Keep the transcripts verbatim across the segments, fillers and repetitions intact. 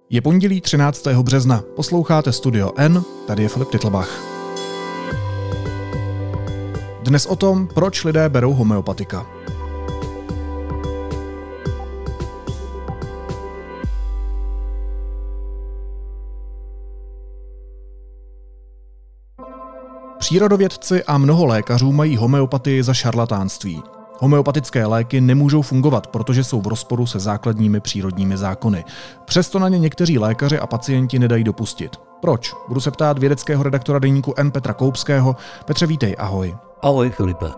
Je pondělí třináctého března, posloucháte Studio N, tady je Filip Titlbach. Dnes o tom, proč lidé berou homeopatika. Přírodovědci a mnoho lékařů mají homeopatii za šarlatánství. Homeopatické léky nemůžou fungovat, protože jsou v rozporu se základními přírodními zákony. Přesto na ně někteří lékaři a pacienti nedají dopustit. Proč? Budu se ptát vědeckého redaktora deníku N Petra Koupského. Petře, vítej, ahoj. Ahoj, Filipe.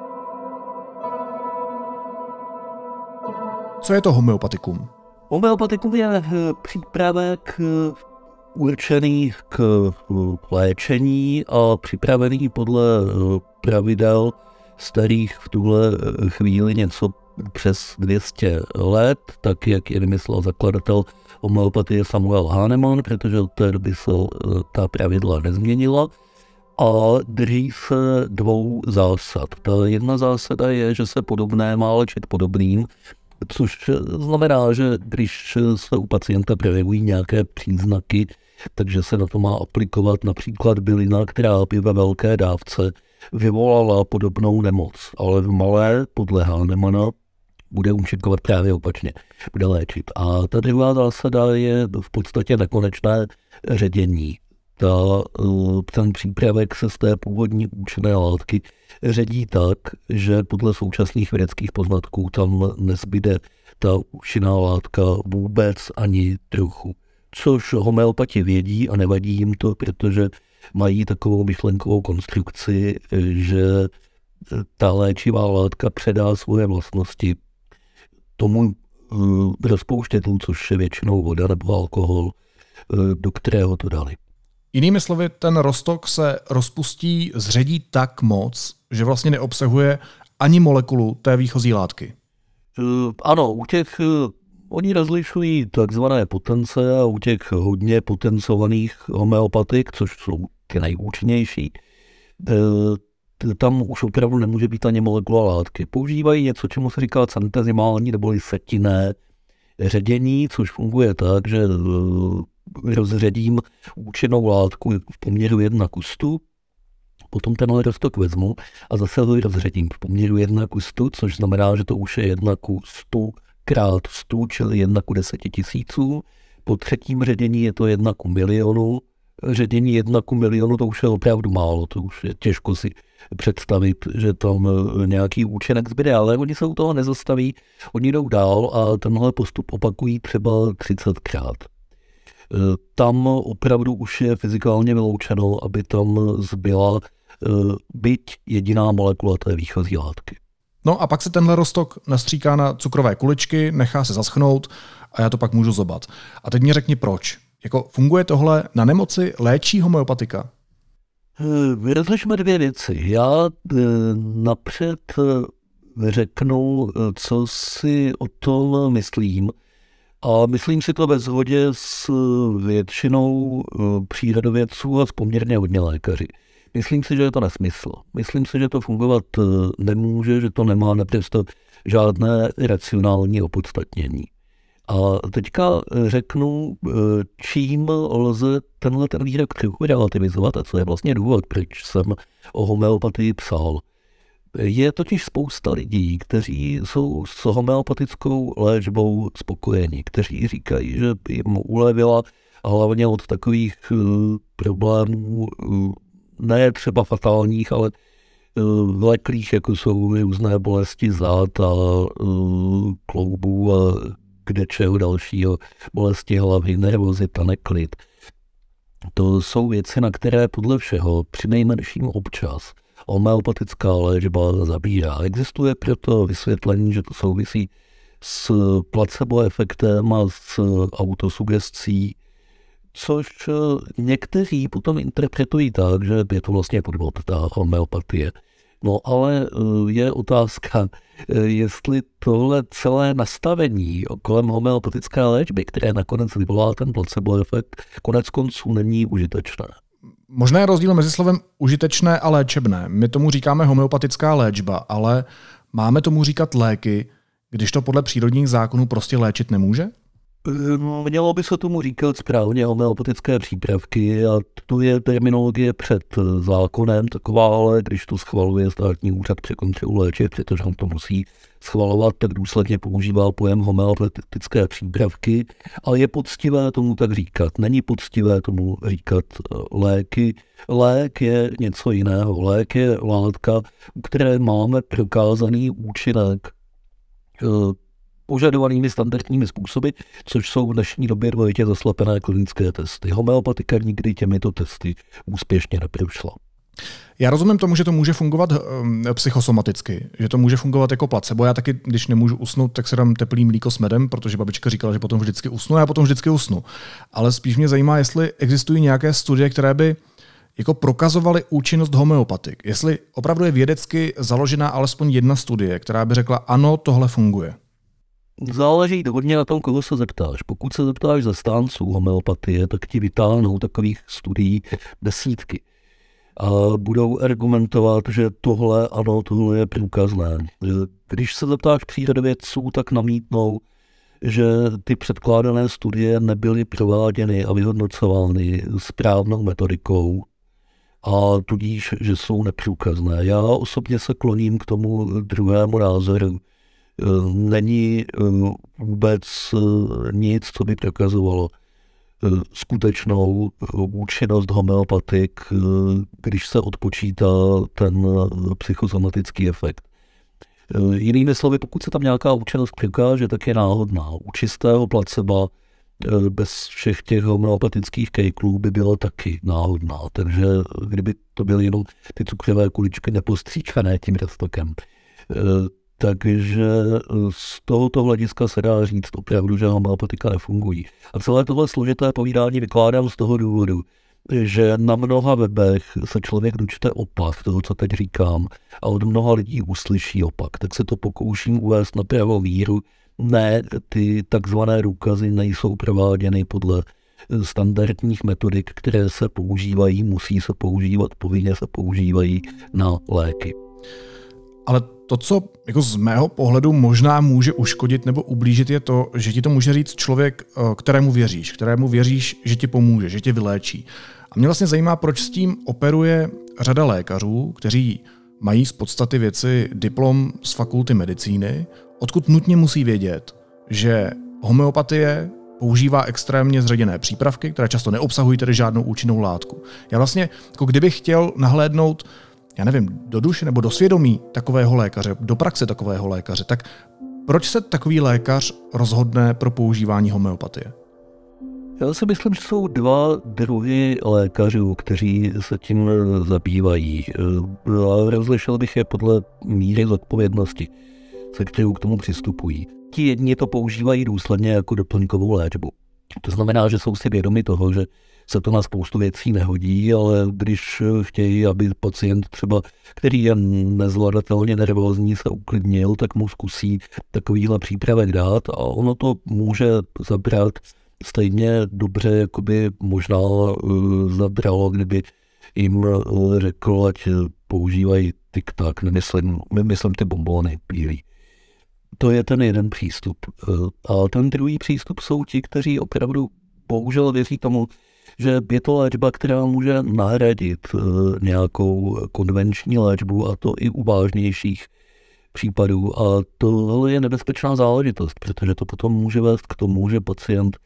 Co je to homeopatikum? Homeopatikum je přípravek určený k léčení a připravený podle pravidel starých v tuhle chvíli něco přes dvě stě let, tak jak je vymyslel zakladatel homeopatie Samuel Hahnemann, protože od té doby se ta pravidla nezměnila a drží se dvou zásad. Ta jedna zásada je, že se podobné má léčit podobným, což znamená, že když se u pacienta projevují nějaké příznaky, takže se na to má aplikovat například bylina, která by ve velké dávce vyvolala podobnou nemoc, ale v malé, podle Hahnemanna, bude účinkovat právě opačně, bude léčit. A ta druhá zásada je v podstatě nekonečné ředění. Ta, ten přípravek se z té původní účinné látky ředí tak, že podle současných vědeckých poznatků tam nezbyde ta účinná látka vůbec ani trochu. Což homeopati vědí a nevadí jim to, protože mají takovou myšlenkovou konstrukci, že ta léčivá látka předá svoje vlastnosti tomu rozpouštědlu, což je většinou voda nebo alkohol, do kterého to dali. Jinými slovy, ten roztok se rozpustí, zředí tak moc, že vlastně neobsahuje ani molekulu té výchozí látky. Ano, u těch oni rozlišují takzvané potence a u těch hodně potencovaných homeopatik, což jsou ty nejúčinnější, tam už opravdu nemůže být ani molekula látky. Používají něco, čemu se říká centezimální neboli setinné ředění, což funguje tak, že rozředím účinnou látku v poměru jedna ku stu, potom tenhle roztok vezmu a zase ho rozředím v poměru jedna ku stu, což znamená, že to už je jedna ku stu krát stu, čili jedna ku deseti tisíců. Po třetím ředění je to jedna ku milionu. Ředění jedna ku milionu, to už je opravdu málo, to už je těžko si představit, že tam nějaký účinek zbyde, ale oni se u toho nezastaví, oni jdou dál a tenhle postup opakují třeba třicetkrát. Tam opravdu už je fyzikálně vyloučeno, aby tam zbyla byť jediná molekula té výchozí látky. No a pak se tenhle roztok nastříká na cukrové kuličky, nechá se zaschnout a já to pak můžu zobat. A teď mi řekni proč. Jako funguje tohle na nemoci, léčí homeopatika? Rozlišme dvě věci. Já napřed řeknu, co si o tom myslím. A myslím si to ve shodě s většinou přírodovědců a s poměrně hodně lékaři. Myslím si, že je to nesmysl. Myslím si, že to fungovat nemůže, že to nemá naprosto žádné racionální opodstatnění. A teďka řeknu, čím lze tenhle ten výrok trochu relativizovat a co je vlastně důvod, proč jsem o homeopatii psal. Je totiž spousta lidí, kteří jsou s homeopatickou léčbou spokojeni, kteří říkají, že jim ulevila hlavně od takových problémů, ne třeba fatálních, ale vleklých, jako jsou různé bolesti zad a kloubů a kde čeho dalšího, bolesti hlavy, nervozita, neklid. To jsou věci, na které podle všeho přinejmenším občas homeopatická léčba zabírá. Existuje proto vysvětlení, že to souvisí s placebo efektem a s autosugestí, což někteří potom interpretují tak, že je to vlastně podvod, ta homeopatie. No ale je otázka, jestli tohle celé nastavení kolem homeopatické léčby, které nakonec vyvolá ten placebo efekt, konec konců není užitečné. Možná je rozdíl mezi slovem užitečné a léčebné. My tomu říkáme homeopatická léčba, ale máme tomu říkat léky, když to podle přírodních zákonů prostě léčit nemůže? Mělo by se tomu říkat správně homeopatické přípravky a to je terminologie před zákonem taková, ale když to schvaluje Státní úřad při kontrolu léčiv, protože on to musí schvalovat, tak důsledně používá pojem homeopatické přípravky, ale je poctivé tomu tak říkat. Není poctivé tomu říkat léky. Lék je něco jiného. Lék je látka, u které máme prokázaný účinek požadovanými standardními způsoby, což jsou v dnešní době dvojitě zaslepené klinické testy. Homeopatika nikdy těmito testy úspěšně neprošla. Já rozumím tomu, že to může fungovat um, psychosomaticky, že to může fungovat jako placebo. Já taky, když nemůžu usnout, tak se dám teplý mlíko s medem, protože babička říkala, že potom vždycky usnu a já potom vždycky usnu. Ale spíš mě zajímá, jestli existují nějaké studie, které by jako prokazovaly účinnost homeopatik. Jestli opravdu je vědecky založená alespoň jedna studie, která by řekla, ano, tohle funguje. Záleží hodně na tom, koho se zeptáš. Pokud se zeptáš zastánců homeopatie, tak ti vytáhnou takových studií desítky. A budou argumentovat, že tohle, ano, tohle je průkazné. Když se zeptáš přírodovědců, tak namítnou, že ty předkládané studie nebyly prováděny a vyhodnocovány správnou metodikou a tudíž, že jsou neprůkazné. Já osobně se kloním k tomu druhému názoru. Není vůbec nic, co by prokazovalo skutečnou účinnost homeopatik, když se odpočítá ten psychosomatický efekt. Jinými slovy, pokud se tam nějaká účinnost prokáže, tak je náhodná. U čistého placeba bez všech těch homeopatických kejklů by byla taky náhodná. Takže kdyby to byly jenom ty cukrové kuličky nepostříkané tím roztokem. Takže z tohoto hlediska se dá říct opravdu, že homeopatika nefungují. A celé tohle složité povídání vykládám z toho důvodu, že na mnoha webech se člověk dočte opak toho, co teď říkám, a od mnoha lidí uslyší opak. Tak se to pokouším uvést na pravou míru. Ne, ty takzvané důkazy nejsou prováděny podle standardních metodik, které se používají, musí se používat, povinně se používají na léky. Ale to, co jako z mého pohledu možná může uškodit nebo ublížit, je to, že ti to může říct člověk, kterému věříš, kterému věříš, že ti pomůže, že tě vyléčí. A mě vlastně zajímá, proč s tím operuje řada lékařů, kteří mají z podstaty věci diplom z fakulty medicíny, odkud nutně musí vědět, že homeopatie používá extrémně zředěné přípravky, které často neobsahují tedy žádnou účinnou látku. Já vlastně, jako kdybych chtěl nahlédnout, já nevím, do duše nebo do svědomí takového lékaře, do praxe takového lékaře, tak proč se takový lékař rozhodne pro používání homeopatie? Já si myslím, že jsou dva druhy lékařů, kteří se tím zabývají. Rozlišil bych je podle míry zodpovědnosti, se kterou k tomu přistupují. Ti jedni to používají důsledně jako doplňkovou léčbu. To znamená, že jsou si vědomi toho, že se to na spoustu věcí nehodí, ale když chtějí, aby pacient třeba, který je nezvladatelně nervózní, se uklidnil, tak mu zkusí takovýhle přípravek dát a ono to může zabrat stejně dobře, jako by možná zabralo, kdyby jim řekl, ať používají tik-tak, nemyslím, myslím ty bombóny bílý. To je ten jeden přístup. A ten druhý přístup jsou ti, kteří opravdu bohužel věří tomu, že je to léčba, která může nahradit nějakou konvenční léčbu, a to i u vážnějších případů. A tohle je nebezpečná záležitost, protože to potom může vést k tomu, že pacient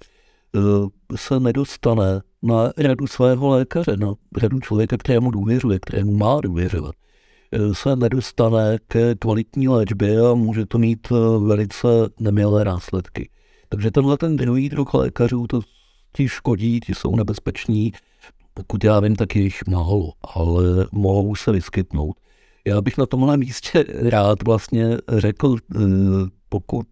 se nedostane na radu svého lékaře, na radu člověka, kterému důvěřuje, kterému má důvěřovat. Se nedostane ke kvalitní léčbě a může to mít velice nemilé následky. Takže tenhle ten druhý druh lékařů, to ti škodí, ti jsou nebezpeční, pokud já vím, tak je jich málo, ale mohou se vyskytnout. Já bych na tomhle místě rád vlastně řekl, pokud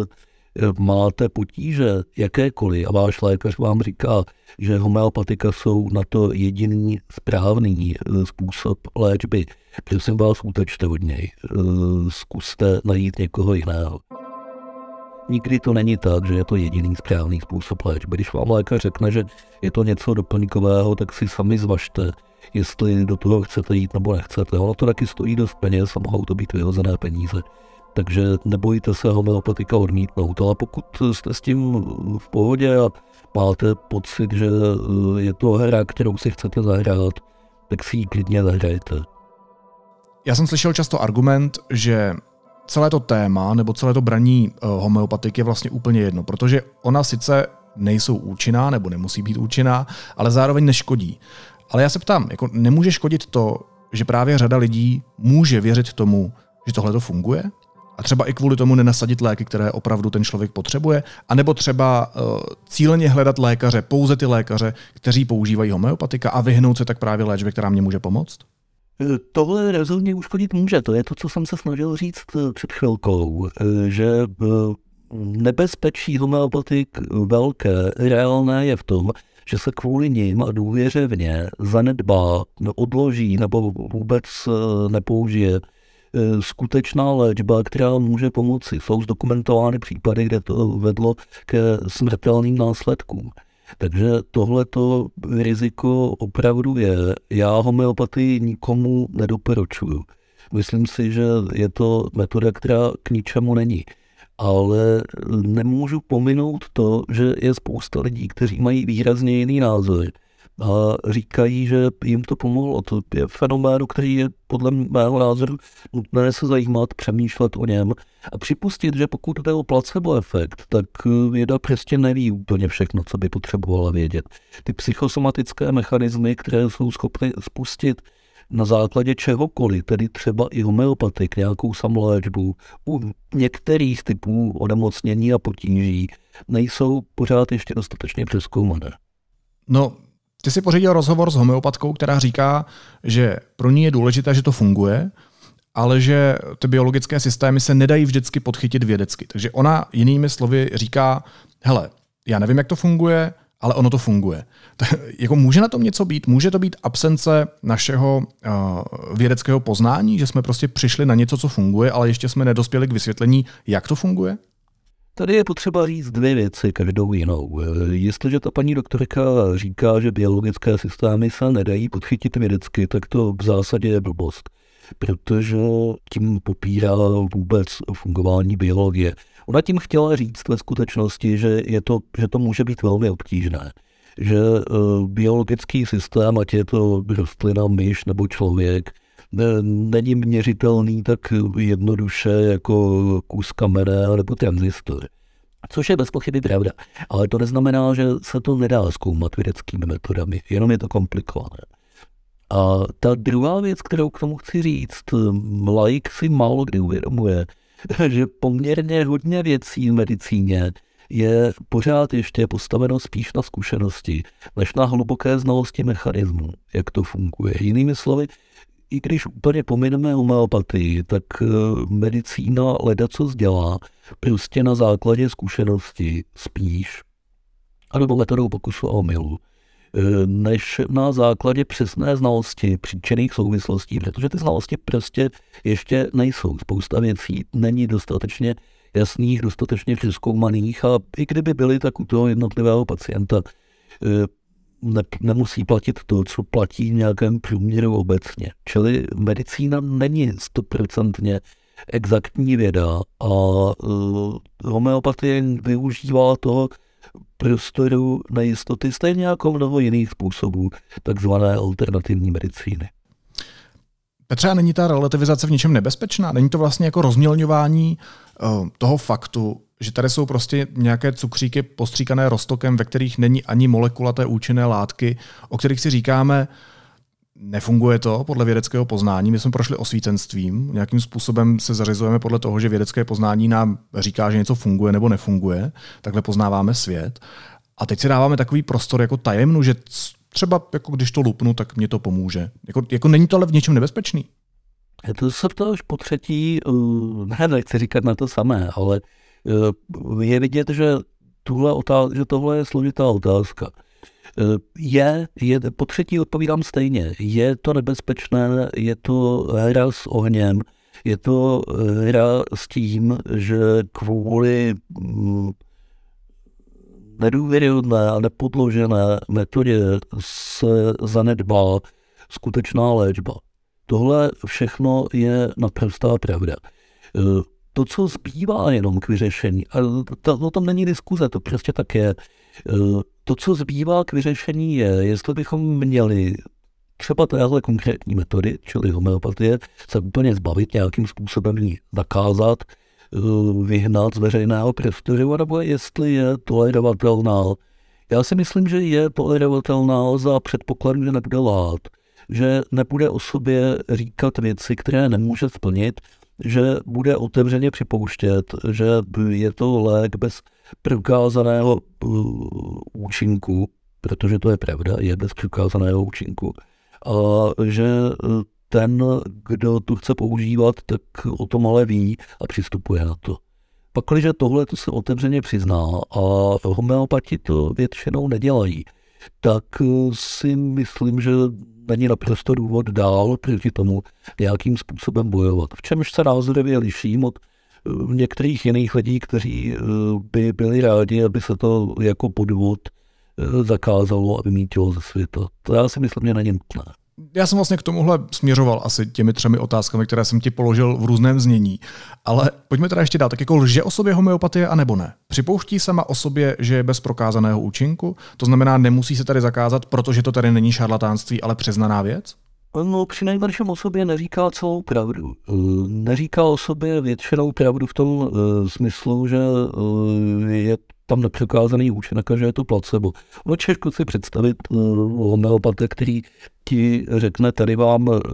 máte potíže jakékoliv a váš lékař vám říká, že homeopatika jsou na to jediný správný způsob léčby, prosím vás, utečte od něj. Zkuste najít někoho jiného. Nikdy to není tak, že je to jediný správný způsob léčby. Když vám lékař řekne, že je to něco doplňkového, tak si sami zvažte, jestli do toho chcete jít nebo nechcete. Ono to taky stojí dost peněz a mohou to být vyhozené peníze. Takže nebojte se homeopatika odmítnout, ale pokud jste s tím v pohodě a máte pocit, že je to hra, kterou si chcete zahrát, tak si ji klidně zahrajte. Já jsem slyšel často argument, že celé to téma nebo celé to braní homeopatik je vlastně úplně jedno, protože ona sice nejsou účinná nebo nemusí být účinná, ale zároveň neškodí. Ale já se ptám, jako nemůže škodit to, že právě řada lidí může věřit tomu, že tohle to funguje? A třeba i kvůli tomu nenasadit léky, které opravdu ten člověk potřebuje? A nebo třeba uh, cíleně hledat lékaře, pouze ty lékaře, kteří používají homeopatika a vyhnout se tak právě léčbě, která mě může pomoct? Tohle rozhodně uškodit může. To je to, co jsem se snažil říct před chvilkou, že nebezpečí homeopatik velké, reálné je v tom, že se kvůli nim a důvěře v ně zanedbá, odloží nebo vůbec nepoužije skutečná léčba, která může pomoci. Jsou zdokumentovány případy, kde to vedlo ke smrtelným následkům. Takže tohleto riziko opravdu je. Já homeopatii nikomu nedoporučuju. Myslím si, že je to metoda, která k ničemu není. Ale nemůžu pominout to, že je spousta lidí, kteří mají výrazně jiný názor a říkají, že jim to pomohlo. To je fenomén, který je podle mého názoru nutné se zajímat, přemýšlet o něm a připustit, že pokud jde o placebo efekt, tak věda prostě neví úplně všechno, co by potřebovala vědět. Ty psychosomatické mechanismy, které jsou schopny spustit na základě čehokoliv, tedy třeba i homeopatik, nějakou samoléčbu, u některých typů onemocnění a potíží, nejsou pořád ještě dostatečně přezkoumané. No, ty jsi pořídil rozhovor s homeopatkou, která říká, že pro ní je důležité, že to funguje, ale že ty biologické systémy se nedají vždycky podchytit vědecky. Takže ona jinými slovy říká, hele, já nevím, jak to funguje, ale ono to funguje. Tak, jako může na tom něco být? Může to být absence našeho uh, vědeckého poznání, že jsme prostě přišli na něco, co funguje, ale ještě jsme nedospěli k vysvětlení, jak to funguje? Tady je potřeba říct dvě věci, každou jinou. Jestliže ta paní doktorka říká, že biologické systémy se nedají podchytit vědecky, tak to v zásadě je blbost, protože tím popírá vůbec fungování biologie. Ona tím chtěla říct ve skutečnosti, že, je to, že to může být velmi obtížné. Že uh, biologický systém, ať je to rostlina, myš nebo člověk, ne, není měřitelný tak jednoduše jako kus kamene nebo tranzistor. Což je bez pochyby pravda. Ale to neznamená, že se to nedá zkoumat vědeckými metodami, jenom je to komplikované. A ta druhá věc, kterou k tomu chci říct, laik si málo kdy uvědomuje, že poměrně hodně věcí v medicíně je pořád ještě postaveno spíš na zkušenosti, než na hluboké znalosti mechanismů, jak to funguje. Jinými slovy, i když úplně pomineme homeopatii, tak medicína ledacos dělá prostě na základě zkušenosti spíš, anebo metodou pokusu a omylu, než na základě přesné znalosti příčinných souvislostí, protože ty znalosti prostě ještě nejsou. Spousta věcí není dostatečně jasných, dostatečně přezkoumaných a i kdyby byly, tak u toho jednotlivého pacienta ne, nemusí platit to, co platí v nějakém průměru obecně. Čili medicína není stoprocentně exaktní věda a uh, homeopatie využívá toho prostoru nejistoty stejně jako mnoho jiných způsobů takzvané alternativní medicíny. Petře, a není ta relativizace v něčem nebezpečná? Není to vlastně jako rozmělňování uh, toho faktu, že tady jsou prostě nějaké cukříky postříkané roztokem, ve kterých není ani molekula té účinné látky, o kterých si říkáme, nefunguje to podle vědeckého poznání. My jsme prošli osvícenstvím, nějakým způsobem se zařizujeme podle toho, že vědecké poznání nám říká, že něco funguje nebo nefunguje. Takhle poznáváme svět. A teď si dáváme takový prostor jako tajemnu, že třeba jako když to lupnu, tak mě to pomůže. Jako, jako není to ale v něčem nebezpečný? To se ptáš po třetí, ne, nechci říkat na to samé, ale je vidět, že, tuhle otázka, že tohle je složitá otázka. Je, je, po třetí odpovídám stejně. Je to nebezpečné, je to hra s ohněm, je to hra s tím, že kvůli nedůvěryhodné a nepodložené metodě se zanedbá skutečná léčba. Tohle všechno je naprostá pravda. to, co zbývá jenom k vyřešení, a to, to tam není diskuze, to prostě tak je, to, co zbývá k vyřešení je, jestli bychom měli třeba téhle konkrétní metody, čili homeopatie, se úplně zbavit, nějakým způsobem ji zakázat, vyhnat z veřejného prostoru, nebo jestli je tolerovatelná. Já si myslím, že je tolerovatelná za předpokladu, že nebude lhát, že nebude o sobě říkat věci, které nemůže splnit, že bude otevřeně připouštět, že je to lék bez prokázaného účinku, protože to je pravda, je bez prokázaného účinku, a že ten, kdo to chce používat, tak o tom ale ví a přistupuje na to. Pak, když tohle to se otevřeně přizná a homeopati to většinou nedělají, tak si myslím, že není naprosto důvod dál proti tomu nějakým způsobem bojovat. V čemž se názorově liším od některých jiných lidí, kteří by byli rádi, aby se to jako podvod zakázalo a vymítilo ze světa. To já si myslím, že není nutné. Já jsem vlastně k tomuhle směřoval asi těmi třemi otázkami, které jsem ti položil v různém znění. Ale pojďme teda ještě dál. Tak jako lže o sobě homeopatie a nebo ne? Připouští sama o sobě, že je bez prokázaného účinku? To znamená, nemusí se tady zakázat, protože to tady není šarlatánství, ale přiznaná věc? No, přinejmenším o sobě neříká celou pravdu. Neříká o sobě většinou pravdu v tom uh, smyslu, že uh, je tam neprokázaný účinek a že je to placebo. No, těžko si představit uh, homeopata, který ti řekne, tady vám uh,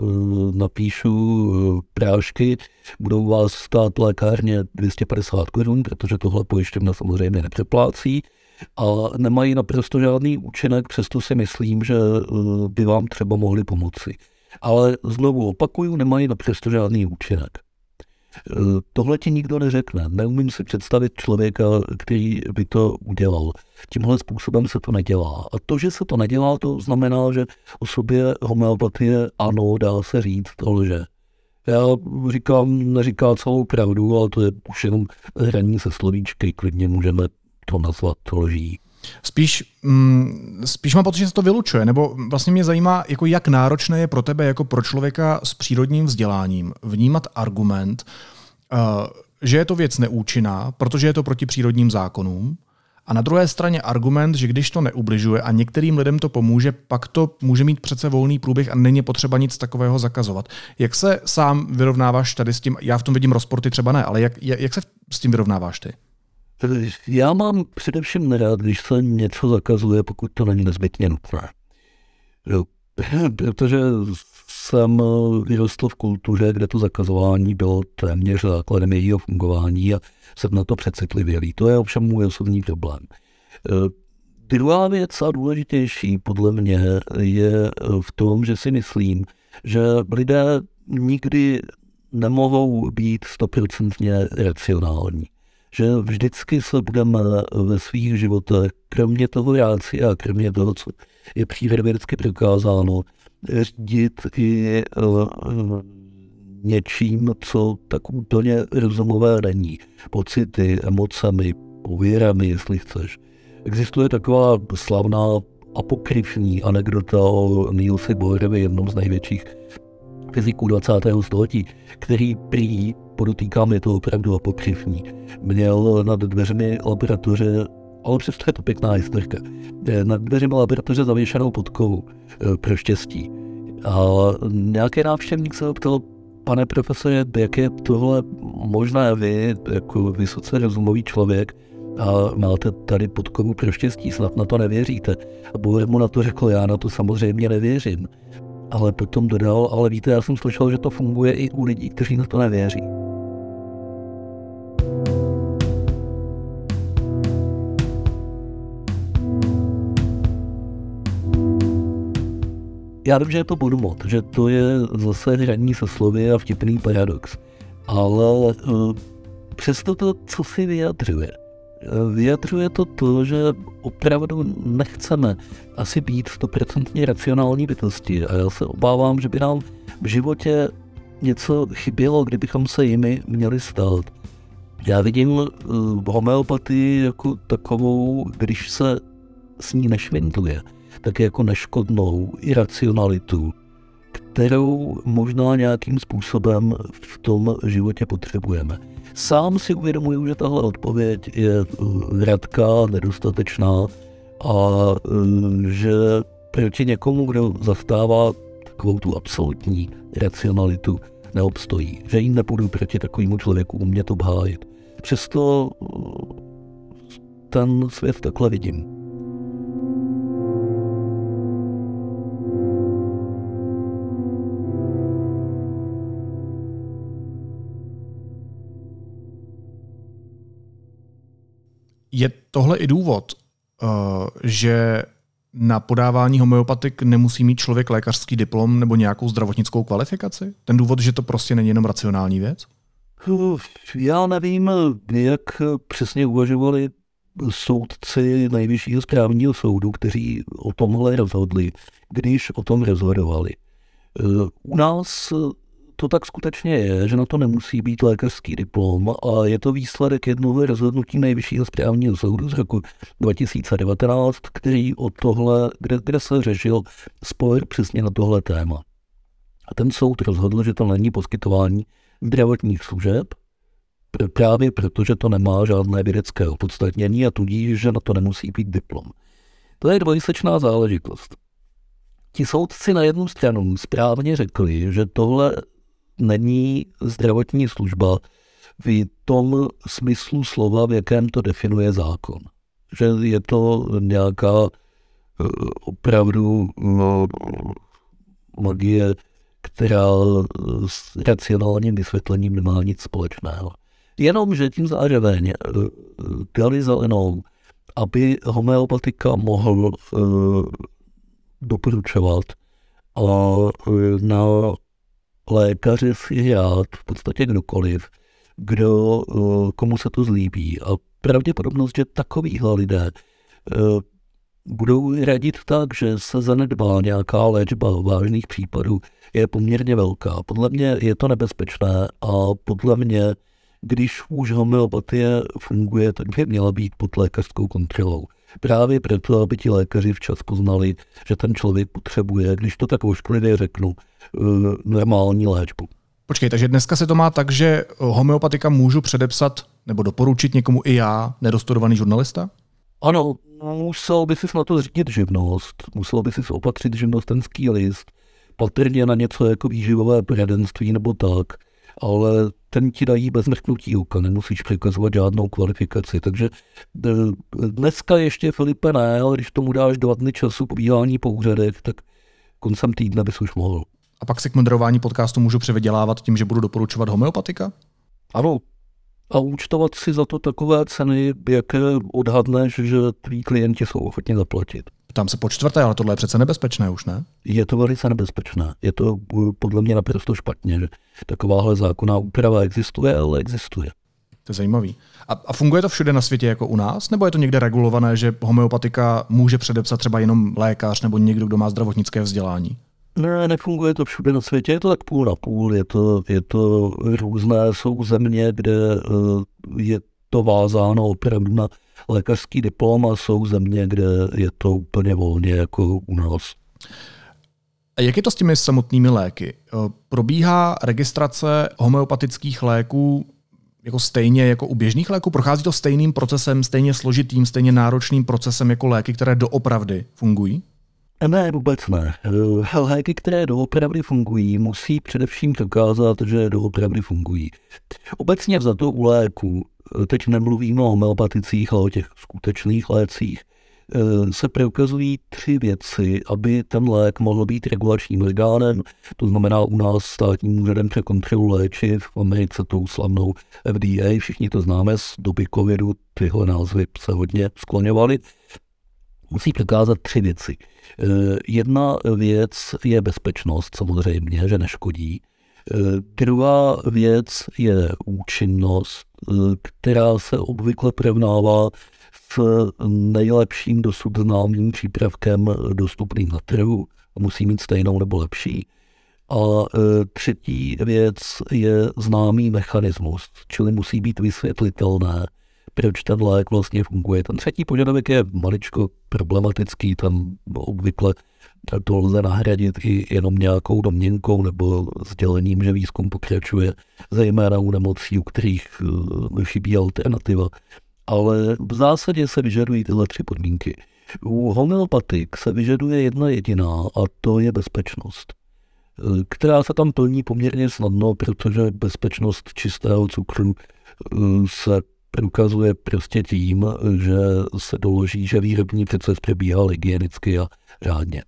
napíšu uh, prášky, budou vás stát lékárně dvě stě padesát korun, protože tohle pojišťovna samozřejmě nepřeplácí a nemají naprosto žádný účinek, přesto si myslím, že uh, by vám třeba mohli pomoci. Ale znovu opakuju, nemají naprosto žádný účinek. Tohle ti nikdo neřekne. Neumím si představit člověka, který by to udělal. Tímhle způsobem se to nedělá. A to, že se to nedělá, to znamená, že o sobě homeopatie, ano, dá se říct, to lže. Já říkám, neříká celou pravdu, ale to je už jenom hraní se slovíčky, klidně můžeme to nazvat lží. Spíš, mm, spíš mám pocit, že se to vylučuje, nebo vlastně mě zajímá, jako jak náročné je pro tebe jako pro člověka s přírodním vzděláním vnímat argument, uh, že je to věc neúčinná, protože je to proti přírodním zákonům, a na druhé straně argument, že když to neubližuje a některým lidem to pomůže, pak to může mít přece volný průběh a není potřeba nic takového zakazovat. Jak se sám vyrovnáváš tady s tím? Já v tom vidím rozpor, ty třeba ne, ale jak, jak se s tím vyrovnáváš ty? Já mám především nerád, když se něco zakazuje, pokud to není nezbytně nutné. Protože jsem vyrostl v kultuře, kde to zakazování bylo téměř základem jejího fungování a jsem na to přecitlivělý. To je ovšem můj osobní problém. Druhá věc a důležitější podle mě je v tom, že si myslím, že lidé nikdy nemohou být stoprocentně racionální. Že vždycky se budeme ve svých životech, kromě toho ráci a kromě toho, co je přírodovědecky prokázáno, řídit i uh, něčím, co tak úplně rozumové není. Pocity, emocemi, pověrami, jestli chceš. Existuje taková slavná apokryfní anekdota o Nielsi Bohrovi, jednom z největších fyziků dvacátého století, který prý, podotýkám, je to opravdu apokryfní, měl nad dveřmi laboratoře, ale přesto je to pěkná historka, nad dveřmi laboratoře zavěšenou podkovu pro štěstí. A nějaký návštěvník se ho ptal, pane profesore, jak je tohle možné, vy, jako vysoce rozumový člověk, a máte tady podkovu pro štěstí, snad na to nevěříte. A Bohr mu na to řekl, já na to samozřejmě nevěřím. Ale potom dodal, ale víte, já jsem slyšel, že to funguje i u lidí, kteří na to nevěří. Já vím, že je to bonmot, že to je zase hraní se slovy a vtipný paradox. Ale uh, přesto to, co si vyjadřuje. Vyjadřuje to to, že opravdu nechceme asi být stoprocentně racionální bytosti a já se obávám, že by nám v životě něco chybělo, kdybychom se jimi měli stát. Já vidím uh, homeopatii jako takovou, když se s ní nešvindluje, tak jako neškodnou iracionalitu, kterou možná nějakým způsobem v tom životě potřebujeme. Sám si uvědomuji, že tahle odpověď je vratká, nedostatečná a že proti někomu, kdo zastává takovou tu absolutní racionalitu, neobstojí. Že jim nepůjdu proti takovému člověku umět obhájit. Přesto ten svět takhle vidím. Je tohle i důvod, že na podávání homeopatik nemusí mít člověk lékařský diplom nebo nějakou zdravotnickou kvalifikaci? Ten důvod, že to prostě není jenom racionální věc? Já nevím, jak přesně uvažovali soudci Nejvyššího správního soudu, kteří o tomhle rozhodli, když o tom rozhodovali. U nás to tak skutečně je, že na to nemusí být lékařský diplom a je to výsledek jednoho rozhodnutí Nejvyššího správního soudu z roku dva tisíce devatenáct, který o tohle, kde, kde se řešil spor přesně na tohle téma. A ten soud rozhodl, že to není poskytování zdravotních služeb, právě protože to nemá žádné vědecké opodstatnění a tudíž, že na to nemusí být diplom. To je dvojsečná záležitost. Ti soudci na jednu stranu správně řekli, že tohle není zdravotní služba v tom smyslu slova, v jakém to definuje zákon. Že je to nějaká opravdu no, magie, která s racionálním vysvětlením nemá nic společného. Jenomže tím zároveň dali zelenou, aby homeopatika mohl doporučovat a na lékaři si rád, v podstatě kdokoliv, kdo, komu se to zlíbí. A pravděpodobnost, že takovýhle lidé budou radit tak, že se zanedbá nějaká léčba vážných případů, je poměrně velká. Podle mě je to nebezpečné a podle mě, když už homeopatie funguje, tak by měla být pod lékařskou kontrolou. Právě proto, aby ti lékaři včas poznali, že ten člověk potřebuje, když to tak ošklivě řeknu, normální léčbu. Počkej, takže dneska se to má tak, že homeopatika můžu předepsat nebo doporučit někomu i já, nedostudovaný žurnalista? Ano, musel by si na to zřídit živnost, musel by si opatřit živnostenský list, patrně na něco jako výživové poradenství nebo tak, ale ten ti dají bez mrknutí oka, nemusíš překazovat žádnou kvalifikaci. Takže dneska ještě, Filipe, ne, ale když tomu dáš dva dny času pobíhání po úřadech, tak koncem týdne bys už mohl. A pak si k moderování podcastu můžu přivydělávat tím, že budu doporučovat homeopatika? Ano. A účtovat si za to takové ceny, jaké odhadneš, že tví klienti jsou ochotně zaplatit. Tam se po čtvrté, ale tohle je přece nebezpečné už, ne? Je to velice nebezpečné. Je to podle mě naprosto špatně, že takováhle zákonná úprava existuje, ale existuje. To je zajímavý. A, a funguje to všude na světě jako u nás? Nebo je to někde regulované, že homeopatika může předepsat třeba jenom lékař nebo někdo, kdo má zdravotnické vzdělání? Ne, nefunguje to všude na světě, je to tak půl na půl, je to, je to různé, jsou země, kde je to vázáno opravdu na lékařský diplom a jsou země, kde je to úplně volně jako u nás. A jak je to s těmi samotnými léky? Probíhá registrace homeopatických léků jako stejně jako u běžných léků? Prochází to stejným procesem, stejně složitým, stejně náročným procesem jako léky, které doopravdy fungují? Ne, vůbec ne. Léky, které doopravdy fungují, musí především dokázat, že doopravdy fungují. Obecně za to u léků, teď nemluvíme o homeopaticích, ale o těch skutečných lécích, se preukazují tři věci, aby ten lék mohl být regulačním orgánem, to znamená u nás státním úřadem pro kontrolu léčiv, v Americe tou slavnou F D A, všichni to známe, z doby covidu tyhle názvy se hodně skloňovaly. Musí prokázat tři věci. Jedna věc je bezpečnost, samozřejmě, že neškodí. Druhá věc je účinnost, která se obvykle porovnává s nejlepším dosud známým přípravkem dostupným na trhu. Musí mít stejnou nebo lepší. A třetí věc je známý mechanismus, čili musí být vysvětlitelné proč ten lék vlastně funguje. Ten třetí požadavek je maličko problematický, tam obvykle to lze nahradit i jenom nějakou domněnkou nebo sdělením, že výzkum pokračuje, zejména u nemocí, u kterých chybí alternativa. Ale v zásadě se vyžadují tyhle tři podmínky. U homeopatik se vyžaduje jedna jediná a to je bezpečnost, která se tam plní poměrně snadno, protože bezpečnost čistého cukru se prokazuje prostě tím, že se doloží, že výrobní proces probíhal hygienicky a řádně.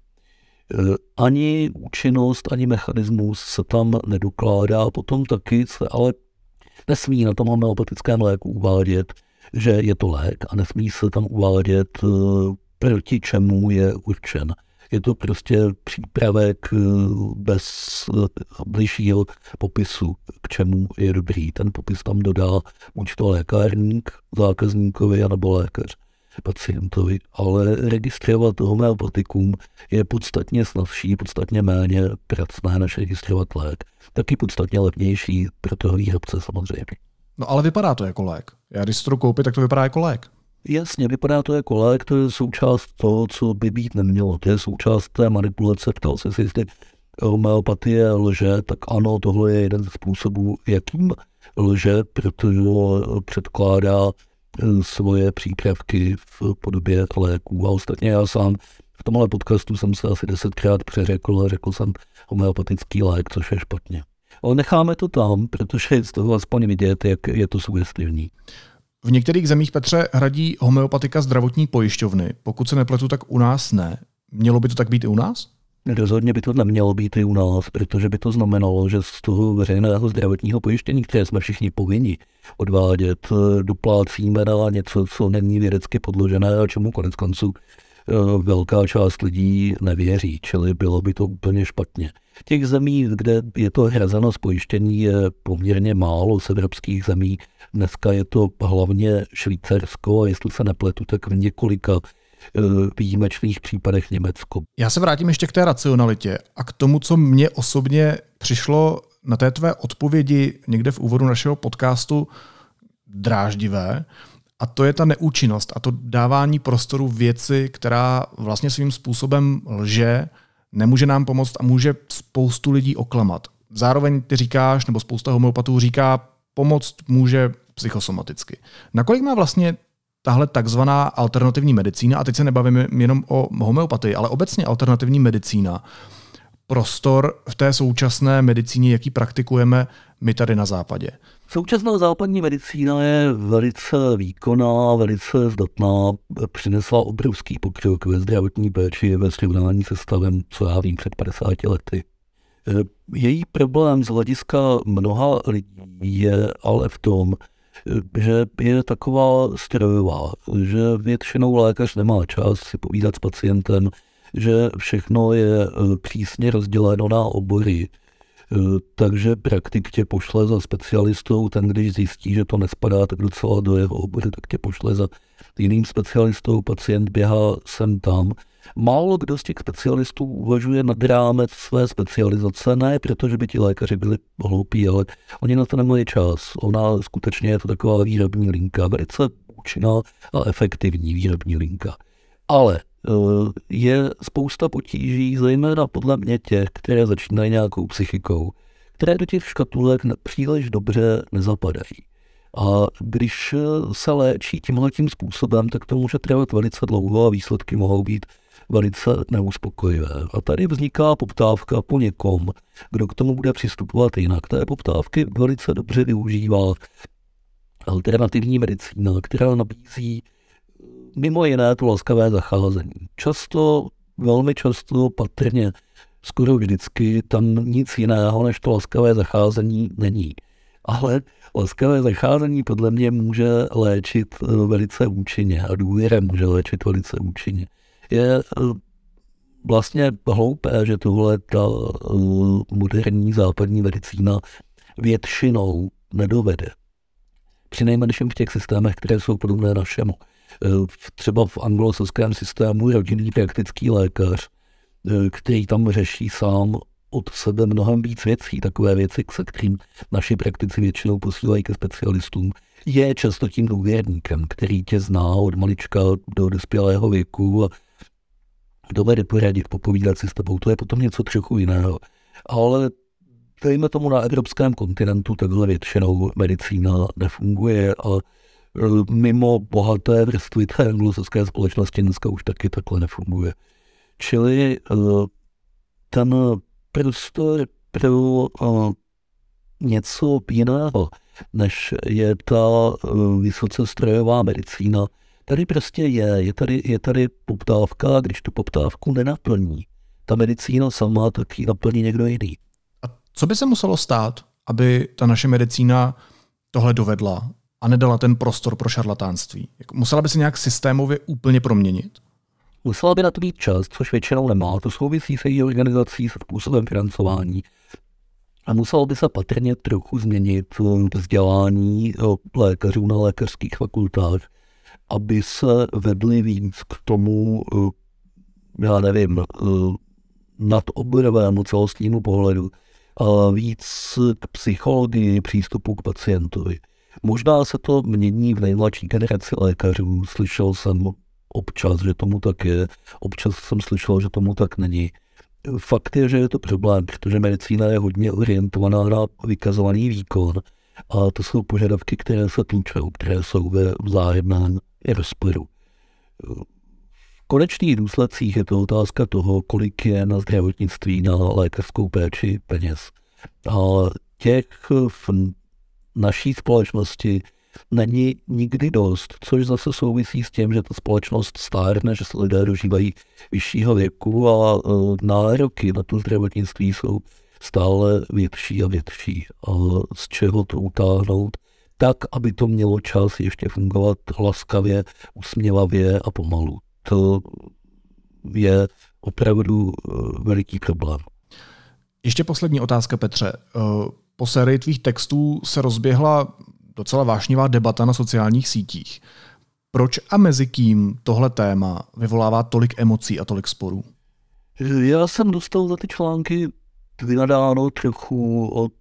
Ani účinnost, ani mechanismus se tam nedokládá, potom taky se ale nesmí na tom homeopatickém léku uvádět, že je to lék a nesmí se tam uvádět, proti čemu je určen. Je to prostě přípravek bez bližšího popisu, k čemu je dobrý. Ten popis tam dodá buď to lékárník zákazníkovi, anebo lékař pacientovi, ale registrovat homeopatikum je podstatně snazší, podstatně méně pracné, než registrovat lék. Taky podstatně levnější pro toho výrobce samozřejmě. No ale vypadá to jako lék. Já když si to koupím, tak to vypadá jako lék. Jasně, vypadá to jako lék, to je součást toho, co by být nemělo. To je součást té manipulace. Ptal se si, jestli homeopatie lže, tak ano, tohle je jeden z způsobů, jakým lže, protože předkládá svoje přípravky v podobě léků. A ostatně já sám v tomhle podcastu jsem se asi desetkrát přeřekl a řekl jsem homeopatický lék, což je špatně. Ale necháme to tam, protože je z toho aspoň vidět, jak je to sugestivní. V některých zemích, Petře, hradí homeopatika zdravotní pojišťovny. Pokud se nepletu, tak u nás ne. Mělo by to tak být i u nás? Rozhodně by to nemělo být i u nás, protože by to znamenalo, že z toho veřejného zdravotního pojištění, které jsme všichni povinni odvádět, doplácíme na něco, co není vědecky podložené a čemu konec konců velká část lidí nevěří, čili bylo by to úplně špatně. Těch zemí, kde je to hrazeno z pojištění, je poměrně málo z evropských zemí. Dneska je to hlavně Švýcarsko a jestli se nepletu, tak v několika výjimečných případech Německo. Já se vrátím ještě k té racionalitě a k tomu, co mně osobně přišlo na té tvé odpovědi někde v úvodu našeho podcastu dráždivé, a to je ta neúčinnost a to dávání prostoru věci, která vlastně svým způsobem lže, nemůže nám pomoct a může spoustu lidí oklamat. Zároveň ty říkáš, nebo spousta homeopatů říká, pomoct může psychosomaticky. Nakolik má vlastně tahle takzvaná alternativní medicína, a teď se nebavíme jenom o homeopatii, ale obecně alternativní medicína, prostor v té současné medicíně, jaký praktikujeme my tady na západě? Současná západní medicína je velice výkonná, velice zdatná, přinesla obrovský pokrok ve zdravotní péči ve srovnání se stavem, co já vím, před padesáti lety. Její problém z hlediska mnoha lidí je ale v tom, že je taková strojová, že většinou lékař nemá čas si povídat s pacientem, že všechno je přísně rozděleno na obory, takže praktik tě pošle za specialistou, ten když zjistí, že to nespadá tak docela do jeho oboru, tak tě pošle za jiným specialistou, pacient běhá sem tam. Málo kdo z těch specialistů uvažuje nad rámec své specializace, ne protože by ti lékaři byli hloupí, ale oni na to nemají čas. Ona skutečně je to taková výrobní linka, velice účinná a efektivní výrobní linka. Ale je spousta potíží, zejména podle mě těch, které začínají nějakou psychikou, které do těch škatulek příliš dobře nezapadají. A když se léčí tímhletím způsobem, tak to může trvat velice dlouho a výsledky mohou být velice neuspokojivé. A tady vzniká poptávka po někom, kdo k tomu bude přistupovat jinak. Té poptávky velice dobře využívá alternativní medicína, která nabízí mimo jiné to laskavé zacházení. Často, velmi často, patrně, skoro vždycky tam nic jiného než to laskavé zacházení není. Ale laskavé zacházení podle mě může léčit velice účinně a důvěra může léčit velice účinně. Je vlastně hloupé, že tohle ta moderní západní medicína většinou nedovede. Přinejmenším v těch systémech, které jsou podobné našemu. Třeba v anglosaském systému rodinný praktický lékař, který tam řeší sám od sebe mnohem víc věcí, takové věci, se kterým naši praktici většinou posílají ke specialistům, je často tím důvěrníkem, který tě zná od malička do dospělého věku a dovede poradit, popovídat si s tebou, to je potom něco trochu jiného. Ale dejme tomu na evropském kontinentu takhle většinou medicína nefunguje a mimo bohaté vrstvy té anglosaské společnosti dneska už taky takhle nefunguje. Čili ten prostor pro něco jiného, než je ta vysoce strojová medicína, tady prostě je, je tady, je tady poptávka, a když tu poptávku nenaplní, ta medicína sama, tak ji naplní někdo jiný. A co by se muselo stát, aby ta naše medicína tohle dovedla a nedala ten prostor pro šarlatánství? Musela by se nějak systémově úplně proměnit? Musela by na to být čas, což většinou nemá. To souvisí se její organizací, se způsobem financování. A muselo by se patrně trochu změnit vzdělání lékařů na lékařských fakultách, aby se vedli víc k tomu, já nevím, nadoborovému celostnímu pohledu a víc k psychologii, přístupu k pacientovi. Možná se to mění v nejmladší generaci lékařů. Slyšel jsem občas, že tomu tak je, občas jsem slyšel, že tomu tak není. Fakt je, že je to problém, protože medicína je hodně orientovaná na vykazovaný výkon a to jsou požadavky, které se tlučou, které jsou ve vzájemném rozporu. V konečných důsledcích je to otázka toho, kolik je na zdravotnictví, na lékařskou péči peněz. A těch v naší společnosti není nikdy dost, což zase souvisí s tím, že ta společnost stárne, že se lidé dožívají vyššího věku a nároky na to zdravotnictví jsou stále větší a větší. A z čeho to utáhnout tak, aby to mělo čas ještě fungovat laskavě, usměvavě a pomalu. To je opravdu veliký problém. Ještě poslední otázka, Petře. Po sérii tvých textů se rozběhla docela vášnivá debata na sociálních sítích. Proč a mezi kým tohle téma vyvolává tolik emocí a tolik sporů? Já jsem dostal za ty články vynadáno trochu od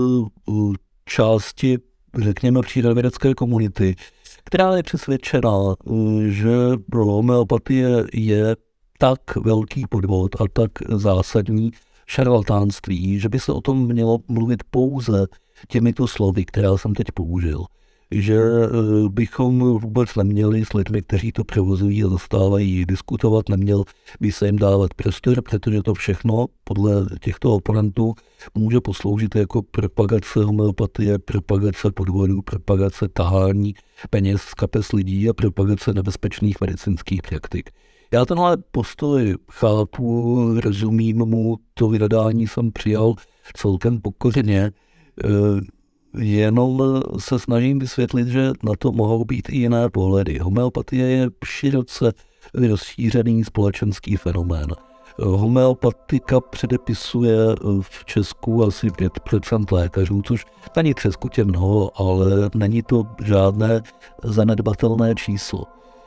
části, řekněme, přírodovědecké komunity, která je přesvědčena, že homeopatie je tak velký podvod a tak zásadní šarlatánství, že by se o tom mělo mluvit pouze těmito slovy, která jsem teď použil. Že bychom vůbec neměli s lidmi, kteří to provozují a zastávají, diskutovat, neměl by se jim dávat prostor, protože to všechno podle těchto oponentů může posloužit jako propagace homeopatie, propagace podvodů, propagace tahání peněz z kapes lidí a propagace nebezpečných medicínských praktik. Já tenhle postoj chápu, rozumím mu, to vydání jsem přijal celkem pokorně, jenom se snažím vysvětlit, že na to mohou být i jiné pohledy. Homeopatie je široce rozšířený společenský fenomén. Homeopatika předepisuje v Česku asi pět procent lékařů, což není třeskutě mnoho, ale není to žádné zanedbatelné číslo.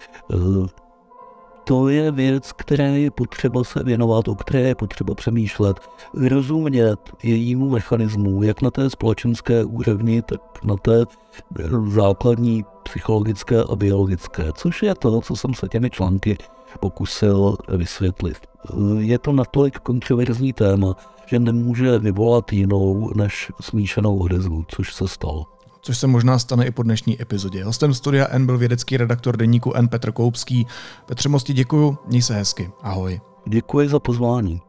To je věc, které je potřeba se věnovat, o které je potřeba přemýšlet, rozumět jejímu mechanismu, jak na té společenské úrovni, tak na té základní psychologické a biologické, což je to, co jsem se těmi články pokusil vysvětlit. Je to natolik kontroverzní téma, že nemůže vyvolat jinou než smíšenou odezvu, což se stalo. Což se možná stane i po dnešní epizodě. Hostem Studia N byl vědecký redaktor deníku N Petr Koupský. Petře, moc ti děkuju, měj se hezky. Ahoj. Děkuji za pozvání.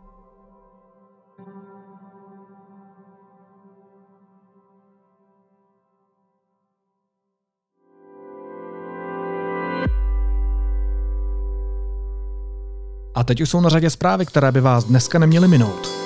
A teď už jsou na řadě zprávy, které by vás dneska neměly minout.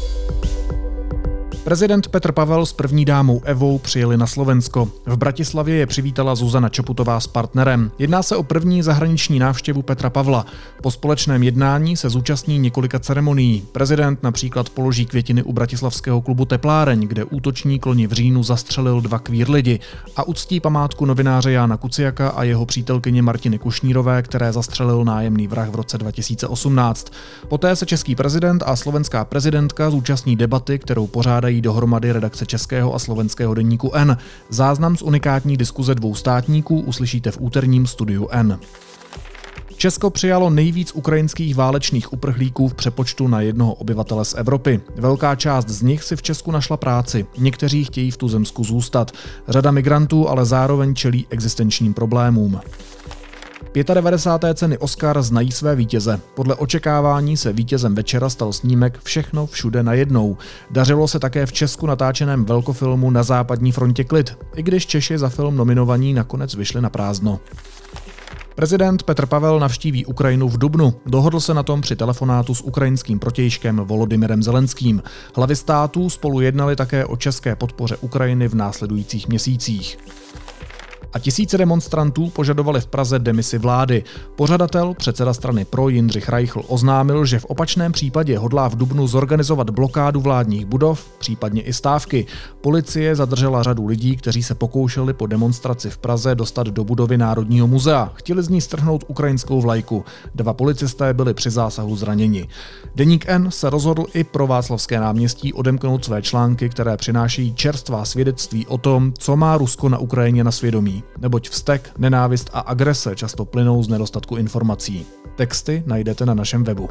Prezident Petr Pavel s první dámou Evou přijeli na Slovensko. V Bratislavě je přivítala Zuzana Čaputová s partnerem. Jedná se o první zahraniční návštěvu Petra Pavla. Po společném jednání se zúčastní několika ceremonií. Prezident například položí květiny u bratislavského klubu Tepláreň, kde útočník loni v říjnu zastřelil dva queer lidi, a uctí památku novináře Jána Kuciaka a jeho přítelkyně Martiny Kušnírové, které zastřelil nájemný vrah v roce dva tisíce osmnáct. Poté se český prezident a slovenská prezidentka zúčastní debaty, kterou pořádají dávají dohromady redakce českého a slovenského deníku N. Záznam z unikátní diskuze dvou státníků uslyšíte v úterním Studiu N. Česko přijalo nejvíc ukrajinských válečných uprchlíků v přepočtu na jednoho obyvatele z Evropy. Velká část z nich si v Česku našla práci, někteří chtějí v tuzemsku zůstat. Řada migrantů ale zároveň čelí existenčním problémům. devadesát pět ceny Oscar znají své vítěze. Podle očekávání se vítězem večera stal snímek Všechno všude najednou. Dařilo se také v Česku natáčeném velkofilmu Na západní frontě klid, i když Češi za film nominovaní nakonec vyšli na prázdno. Prezident Petr Pavel navštíví Ukrajinu v dubnu. Dohodl se na tom při telefonátu s ukrajinským protějškem Volodymyrem Zelenským. Hlavy států spolu jednali také o české podpoře Ukrajiny v následujících měsících. A tisíce demonstrantů požadovali v Praze demisi vlády. Pořadatel, předseda strany Pro Jindřich Reichl, oznámil, že v opačném případě hodlá v dubnu zorganizovat blokádu vládních budov, případně i stávky. Policie zadržela řadu lidí, kteří se pokoušeli po demonstraci v Praze dostat do budovy Národního muzea. Chtěli z ní strhnout ukrajinskou vlajku. Dva policisté byli při zásahu zraněni. Deník N se rozhodl i pro Václavské náměstí odemknout své články, které přinášejí čerstvá svědectví o tom, co má Rusko na Ukrajině na svědomí. Neboť vztek, nenávist a agrese často plynou z nedostatku informací. Texty najdete na našem webu.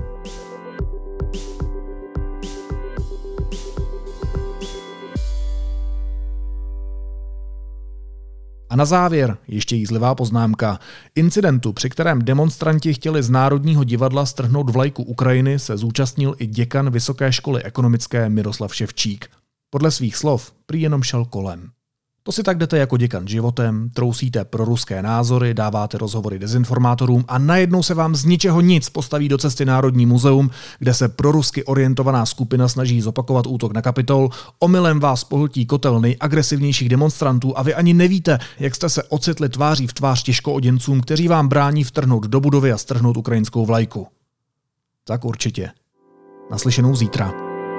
A na závěr ještě jízlivá poznámka. Incidentu, při kterém demonstranti chtěli z Národního divadla strhnout vlajku Ukrajiny, se zúčastnil i děkan Vysoké školy ekonomické Miroslav Ševčík. Podle svých slov prý jenom šel kolem. To si tak jdete jako děkan životem, trousíte proruské názory, dáváte rozhovory dezinformátorům a najednou se vám z ničeho nic postaví do cesty Národní muzeum, kde se prorusky orientovaná skupina snaží zopakovat útok na Kapitol, omylem vás pohltí kotel nejagresivnějších demonstrantů a vy ani nevíte, jak jste se ocitli tváří v tvář těžkooděncům, kteří vám brání vtrhnout do budovy a strhnout ukrajinskou vlajku. Tak určitě. Naslyšenou zítra.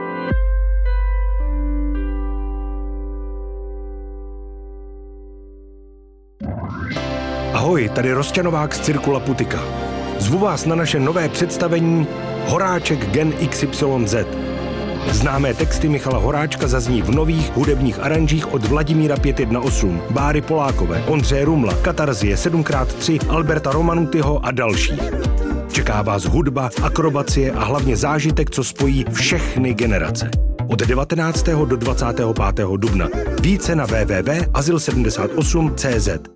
Ahoj, tady Rosťanovák z Cirku Laputika. Zvu vás na naše nové představení Horáček Gen X Y Z. Známé texty Michala Horáčka zazní v nových hudebních aranžích od Vladimíra pět jedna osm, Báry Polákové, Ondřeje Rumla, Katarzie sedm krát tři, Alberta Romanutyho a dalších. Čeká vás hudba, akrobacie a hlavně zážitek, co spojí všechny generace. Od devatenáctého do dvacátého pátého dubna. Více na w w w tečka azyl sedmdesát osm tečka cé zet.